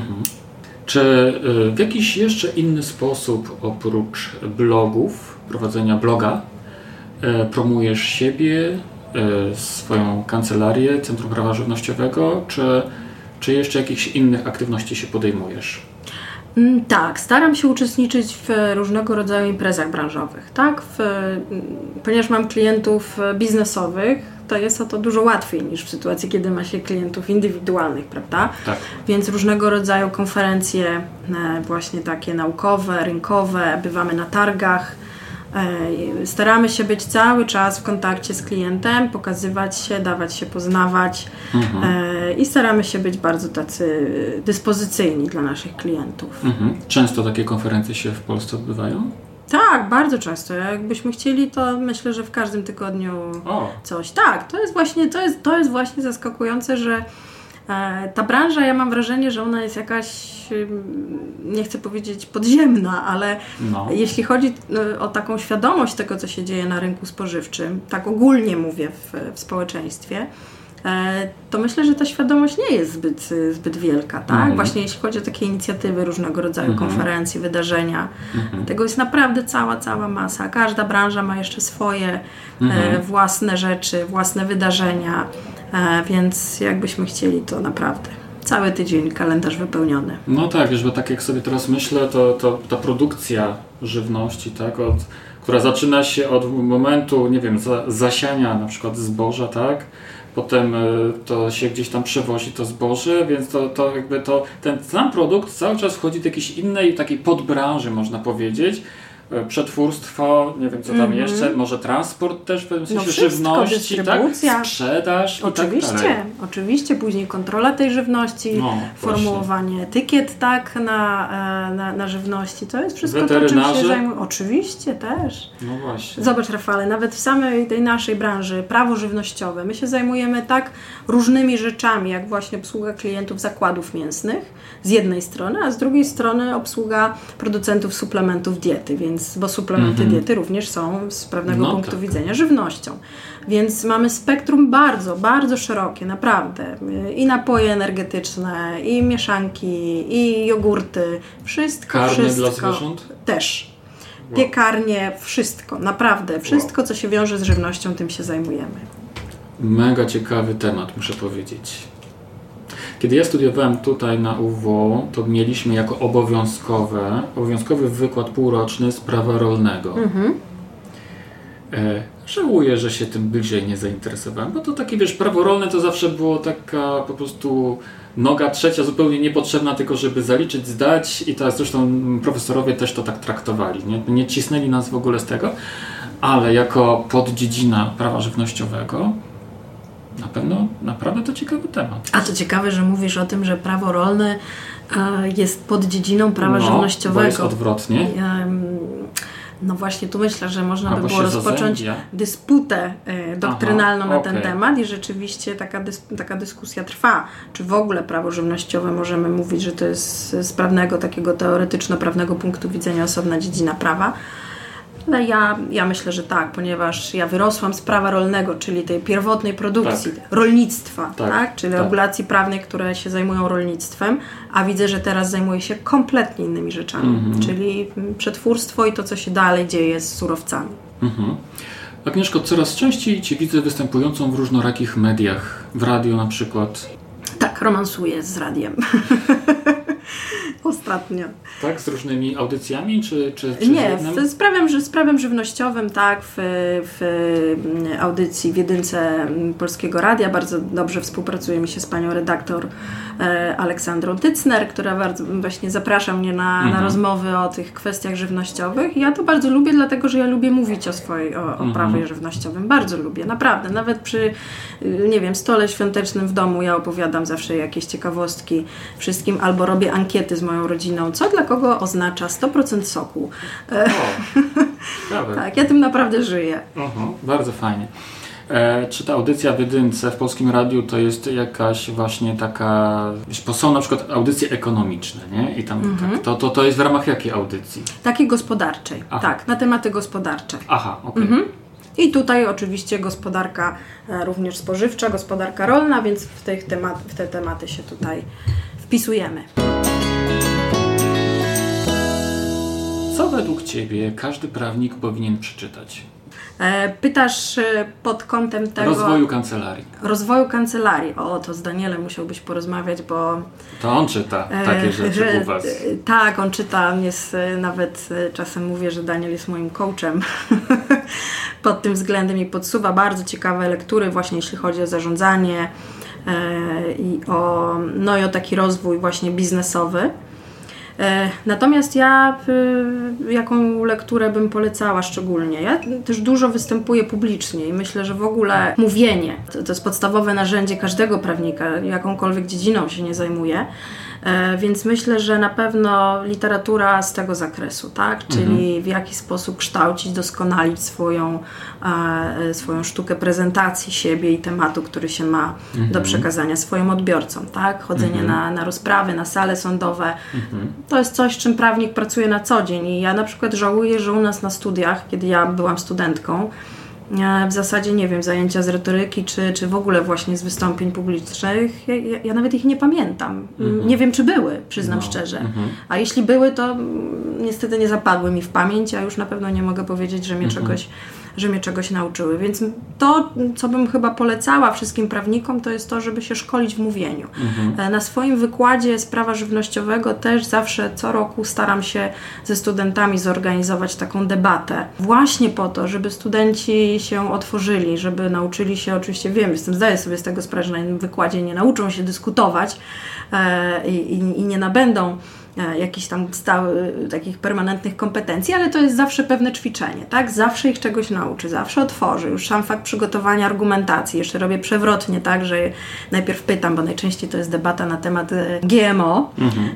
Czy w jakiś jeszcze inny sposób, oprócz blogów, prowadzenia bloga, promujesz siebie, swoją kancelarię, Centrum Prawa Żywnościowego, czy jeszcze jakichś innych aktywności się podejmujesz? Tak, staram się uczestniczyć w różnego rodzaju imprezach branżowych, tak? Ponieważ mam klientów biznesowych, to jest to dużo łatwiej niż w sytuacji, kiedy ma się klientów indywidualnych, prawda? Tak. Więc różnego rodzaju konferencje właśnie takie naukowe, rynkowe, bywamy na targach. Staramy się być cały czas w kontakcie z klientem, pokazywać się, dawać się poznawać i staramy się być bardzo tacy dyspozycyjni dla naszych klientów. Często takie konferencje się w Polsce odbywają? Tak, bardzo często. Jakbyśmy chcieli, to myślę, że w każdym tygodniu coś. Tak, to jest właśnie zaskakujące, że ta branża, ja mam wrażenie, że ona jest jakaś, nie chcę powiedzieć podziemna, ale jeśli chodzi o taką świadomość tego, co się dzieje na rynku spożywczym, tak ogólnie mówię w społeczeństwie, to myślę, że ta świadomość nie jest zbyt wielka, tak? Właśnie jeśli chodzi o takie inicjatywy różnego rodzaju konferencje, wydarzenia, tego jest naprawdę cała masa. Każda branża ma jeszcze swoje własne rzeczy, własne wydarzenia, więc jakbyśmy chcieli, to naprawdę cały tydzień kalendarz wypełniony. No tak, wiesz, bo tak jak sobie teraz myślę, to ta produkcja żywności, tak, która zaczyna się od momentu, nie wiem, zasiania na przykład zboża, tak, potem to się gdzieś tam przewozi to zboże, więc ten sam produkt cały czas wchodzi do jakiejś innej takiej podbranży, można powiedzieć. Przetwórstwo, nie wiem co tam jeszcze, może transport też w pewnym sensie, żywności, dystrybucja, tak? Sprzedaż oczywiście, i tak dalej. Oczywiście, później kontrola tej żywności, formułowanie etykiet tak na żywności, to jest wszystko to, czym się zajmuje. Oczywiście też. No właśnie. Zobacz, Rafale, nawet w samej tej naszej branży, prawo żywnościowe, my się zajmujemy tak różnymi rzeczami, jak właśnie obsługa klientów zakładów mięsnych z jednej strony, a z drugiej strony obsługa producentów suplementów diety, bo suplementy diety również są z pewnego punktu widzenia żywnością. Więc mamy spektrum bardzo, bardzo szerokie, naprawdę. I napoje energetyczne, i mieszanki, i jogurty, wszystko. Karmy dla zwierząt? Też. Piekarnie, wszystko, naprawdę. Wszystko, co się wiąże z żywnością, tym się zajmujemy. Mega ciekawy temat, muszę powiedzieć. Kiedy ja studiowałem tutaj na UW, to mieliśmy jako obowiązkowy wykład półroczny z prawa rolnego. Żałuję, że się tym bliżej nie zainteresowałem, bo to takie, wiesz, prawo rolne to zawsze było taka po prostu noga trzecia, zupełnie niepotrzebna, tylko żeby zaliczyć, zdać i teraz zresztą profesorowie też to tak traktowali, nie cisnęli nas w ogóle z tego, ale jako poddziedzina prawa żywnościowego na pewno naprawdę to ciekawy temat. A to ciekawe, że mówisz o tym, że prawo rolne jest pod dziedziną prawa żywnościowego. Bo jest odwrotnie. No właśnie, tu myślę, że można by było rozpocząć dysputę doktrynalną na ten temat i rzeczywiście taka dyskusja trwa. Czy w ogóle prawo żywnościowe możemy mówić, że to jest z prawnego, takiego teoretyczno-prawnego punktu widzenia osobna dziedzina prawa? Ale ja myślę, że tak, ponieważ ja wyrosłam z prawa rolnego, czyli tej pierwotnej produkcji, rolnictwa, czyli regulacji prawnej, które się zajmują rolnictwem, a widzę, że teraz zajmuję się kompletnie innymi rzeczami, czyli przetwórstwo i to, co się dalej dzieje z surowcami. Agnieszko, coraz częściej Cię widzę występującą w różnorakich mediach, w radiu na przykład. Tak, romansuję z radiem. Ostatnio. Tak? Z różnymi audycjami? Czy nie, z prawem żywnościowym, tak, w audycji w jedynce Polskiego Radia. Bardzo dobrze współpracuje mi się z panią redaktor Aleksandrą Tycner, która bardzo właśnie zaprasza mnie na rozmowy o tych kwestiach żywnościowych. I ja to bardzo lubię, dlatego że ja lubię mówić o prawie żywnościowym. Bardzo lubię, naprawdę. Nawet przy, nie wiem, stole świątecznym w domu ja opowiadam zawsze jakieś ciekawostki wszystkim, albo robię ankiety z moją rodziną, co dla kogo oznacza 100% soku. Tak, ja tym naprawdę żyję. Bardzo fajnie. Czy ta audycja w jedynce w Polskim Radiu to jest jakaś właśnie taka, bo są na przykład audycje ekonomiczne, nie? I tam to jest w ramach jakiej audycji? Takiej gospodarczej, tak, na tematy gospodarcze. Okej. I tutaj oczywiście gospodarka również spożywcza, gospodarka rolna, więc w te tematy się tutaj wpisujemy. Co według Ciebie każdy prawnik powinien przeczytać? Pytasz pod kątem tego... Rozwoju kancelarii. Rozwoju kancelarii. O, to z Danielem musiałbyś porozmawiać, bo... To on czyta takie rzeczy u Was. Tak, on czyta. On jest, nawet czasem mówię, że Daniel jest moim coachem pod tym względem i podsuwa bardzo ciekawe lektury właśnie jeśli chodzi o zarządzanie i o taki rozwój właśnie biznesowy. Natomiast ja jaką lekturę bym polecała szczególnie? Ja też dużo występuję publicznie i myślę, że w ogóle mówienie to jest podstawowe narzędzie każdego prawnika, jakąkolwiek dziedziną się nie zajmuje. Więc myślę, że na pewno literatura z tego zakresu, tak? Czyli w jaki sposób kształcić, doskonalić swoją sztukę prezentacji siebie i tematu, który się ma do przekazania swoim odbiorcom, tak? Chodzenie na rozprawy, na sale sądowe. To jest coś, czym prawnik pracuje na co dzień i ja na przykład żałuję, że u nas na studiach, kiedy ja byłam studentką, w zasadzie, nie wiem, zajęcia z retoryki, czy w ogóle właśnie z wystąpień publicznych, ja nawet ich nie pamiętam. Nie wiem, czy były, przyznam szczerze. A jeśli były, to niestety nie zapadły mi w pamięć, a już na pewno nie mogę powiedzieć, że mnie czegoś nauczyły. Więc to, co bym chyba polecała wszystkim prawnikom, to jest to, żeby się szkolić w mówieniu. Na swoim wykładzie z prawa żywnościowego też zawsze co roku staram się ze studentami zorganizować taką debatę. Właśnie po to, żeby studenci się otworzyli, żeby nauczyli się, oczywiście wiem, zdaję sobie z tego sprawę, że na jednym wykładzie nie nauczą się dyskutować i nie nabędą jakichś tam takich permanentnych kompetencji, ale to jest zawsze pewne ćwiczenie, tak? Zawsze ich czegoś nauczy, zawsze otworzy. Już sam fakt przygotowania argumentacji, jeszcze robię przewrotnie, tak, że najpierw pytam, bo najczęściej to jest debata na temat GMO,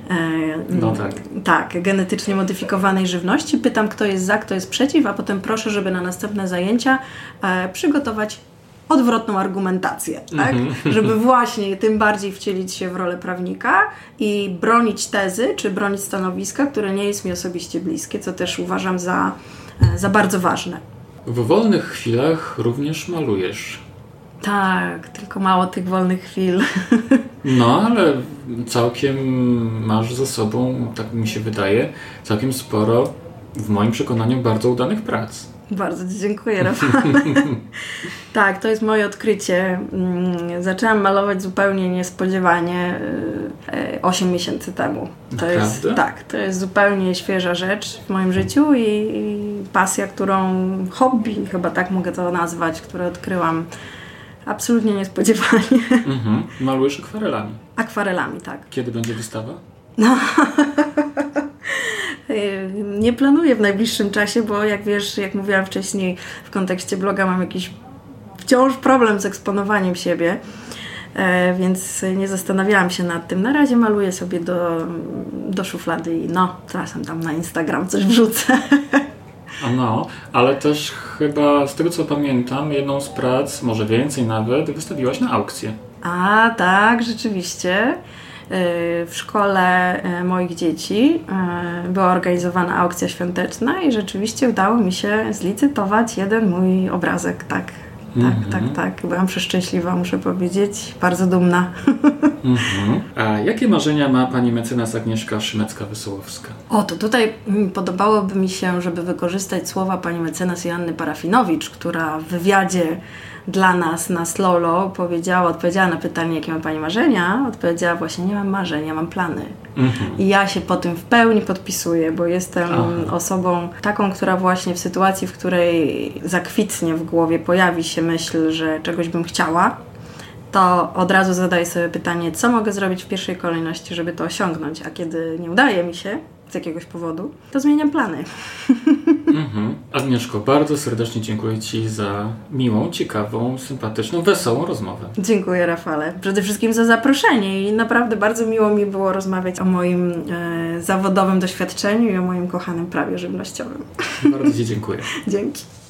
tak, genetycznie modyfikowanej żywności. Pytam, kto jest za, kto jest przeciw, a potem proszę, żeby na następne zajęcia przygotować odwrotną argumentację, tak? Żeby właśnie tym bardziej wcielić się w rolę prawnika i bronić tezy, czy bronić stanowiska, które nie jest mi osobiście bliskie, co też uważam za bardzo ważne. W wolnych chwilach również malujesz. Tak, tylko mało tych wolnych chwil. No, ale całkiem masz za sobą, tak mi się wydaje, całkiem sporo, w moim przekonaniu, bardzo udanych prac. Bardzo Ci dziękuję, Rafał. Tak, to jest moje odkrycie. Zaczęłam malować zupełnie niespodziewanie 8 miesięcy temu. To jest zupełnie świeża rzecz w moim życiu i pasja, hobby, chyba tak mogę to nazwać, które odkryłam absolutnie niespodziewanie. Malujesz akwarelami? Akwarelami, tak. Kiedy będzie wystawa? No. Nie planuję w najbliższym czasie, bo jak wiesz, jak mówiłam wcześniej w kontekście bloga, mam jakiś wciąż problem z eksponowaniem siebie, więc nie zastanawiałam się nad tym. Na razie maluję sobie do szuflady i czasem tam na Instagram coś wrzucę. Ale też chyba z tego co pamiętam, jedną z prac, może więcej nawet, wystawiłaś na aukcję. A tak, rzeczywiście. W szkole moich dzieci była organizowana aukcja świąteczna i rzeczywiście udało mi się zlicytować jeden mój obrazek. Tak. Byłam przeszczęśliwa, muszę powiedzieć. Bardzo dumna. A jakie marzenia ma pani mecenas Agnieszka Szymecka-Wesołowska? To tutaj podobałoby mi się, żeby wykorzystać słowa pani mecenas Joanny Parafinowicz, która w wywiadzie dla nas na Slowlo odpowiedziała na pytanie, jakie ma Pani marzenia, odpowiedziała właśnie, nie mam marzeń, ja mam plany. I ja się po tym w pełni podpisuję, bo jestem osobą taką, która właśnie w sytuacji, w której zakwitnie w głowie, pojawi się myśl, że czegoś bym chciała, to od razu zadaję sobie pytanie, co mogę zrobić w pierwszej kolejności, żeby to osiągnąć, a kiedy nie udaje mi się z jakiegoś powodu, to zmieniam plany. Agnieszko, bardzo serdecznie dziękuję Ci za miłą, ciekawą, sympatyczną, wesołą rozmowę. Dziękuję, Rafale. Przede wszystkim za zaproszenie i naprawdę bardzo miło mi było rozmawiać o moim zawodowym doświadczeniu i o moim kochanym prawie żywnościowym. Bardzo Ci dziękuję. Dzięki.